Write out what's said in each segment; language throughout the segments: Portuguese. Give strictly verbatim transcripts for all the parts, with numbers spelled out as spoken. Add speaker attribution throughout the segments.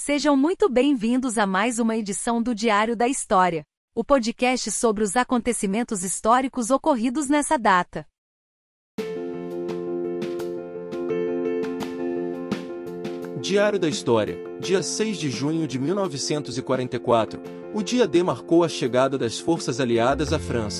Speaker 1: Sejam muito bem-vindos a mais uma edição do Diário da História, o podcast sobre os acontecimentos históricos ocorridos nessa data.
Speaker 2: Diário da História, dia seis de junho de mil novecentos e quarenta e quatro, o dia D marcou a chegada das forças aliadas à França.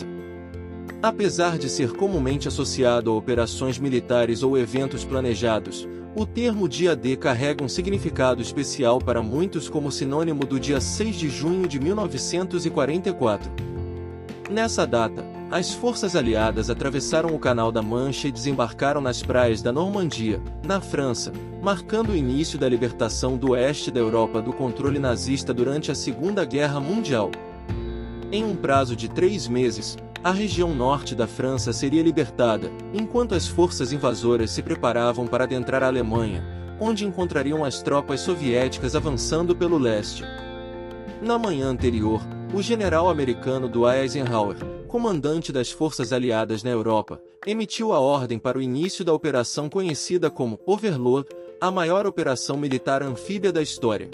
Speaker 2: Apesar de ser comumente associado a operações militares ou eventos planejados, o termo dia D carrega um significado especial para muitos como sinônimo do dia seis de junho de mil novecentos e quarenta e quatro. Nessa data, as forças aliadas atravessaram o Canal da Mancha e desembarcaram nas praias da Normandia, na França, marcando o início da libertação do oeste da Europa do controle nazista durante a Segunda Guerra Mundial. Em um prazo de três meses, a região norte da França seria libertada, enquanto as forças invasoras se preparavam para adentrar a Alemanha, onde encontrariam as tropas soviéticas avançando pelo leste. Na manhã anterior, o general americano Dwight Eisenhower, comandante das forças aliadas na Europa, emitiu a ordem para o início da operação conhecida como Overlord, a maior operação militar anfíbia da história.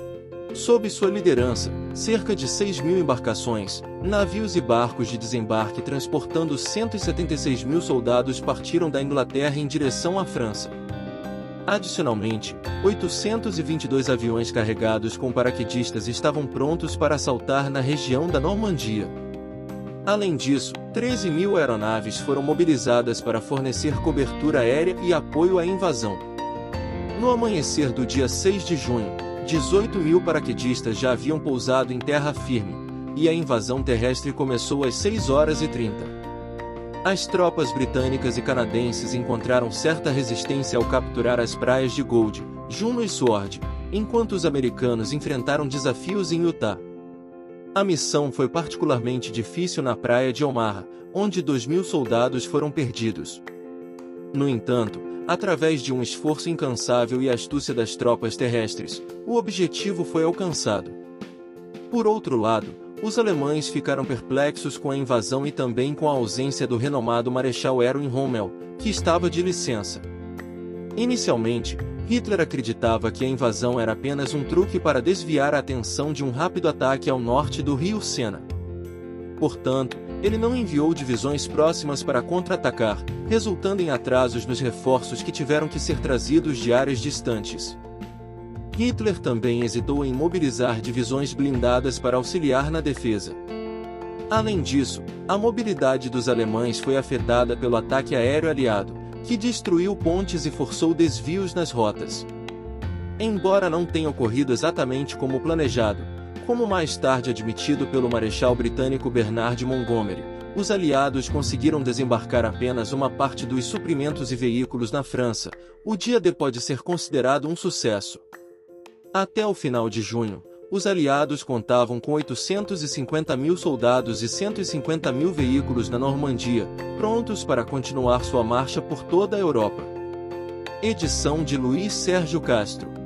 Speaker 2: Sob sua liderança, cerca de seis mil embarcações, navios e barcos de desembarque transportando cento e setenta e seis mil soldados partiram da Inglaterra em direção à França. Adicionalmente, oitocentos e vinte e dois aviões carregados com paraquedistas estavam prontos para assaltar na região da Normandia. Além disso, treze mil aeronaves foram mobilizadas para fornecer cobertura aérea e apoio à invasão. No amanhecer do dia seis de junho, dezoito mil paraquedistas já haviam pousado em terra firme, e a invasão terrestre começou às seis horas e trinta. As tropas britânicas e canadenses encontraram certa resistência ao capturar as praias de Gold, Juno e Sword, enquanto os americanos enfrentaram desafios em Utah. A missão foi particularmente difícil na praia de Omaha, onde dois mil soldados foram perdidos. No entanto, através de um esforço incansável e astúcia das tropas terrestres, o objetivo foi alcançado. Por outro lado, os alemães ficaram perplexos com a invasão e também com a ausência do renomado Marechal Erwin Rommel, que estava de licença. Inicialmente, Hitler acreditava que a invasão era apenas um truque para desviar a atenção de um rápido ataque ao norte do rio Sena. Portanto, ele não enviou divisões próximas para contra-atacar, resultando em atrasos nos reforços que tiveram que ser trazidos de áreas distantes. Hitler também hesitou em mobilizar divisões blindadas para auxiliar na defesa. Além disso, a mobilidade dos alemães foi afetada pelo ataque aéreo aliado, que destruiu pontes e forçou desvios nas rotas. Embora não tenha ocorrido exatamente como planejado, como mais tarde admitido pelo marechal britânico Bernard Montgomery, os aliados conseguiram desembarcar apenas uma parte dos suprimentos e veículos na França. O dia D pode ser considerado um sucesso. Até o final de junho, os aliados contavam com oitocentos e cinquenta mil soldados e cento e cinquenta mil veículos na Normandia, prontos para continuar sua marcha por toda a Europa. Edição de Luiz Sérgio Castro.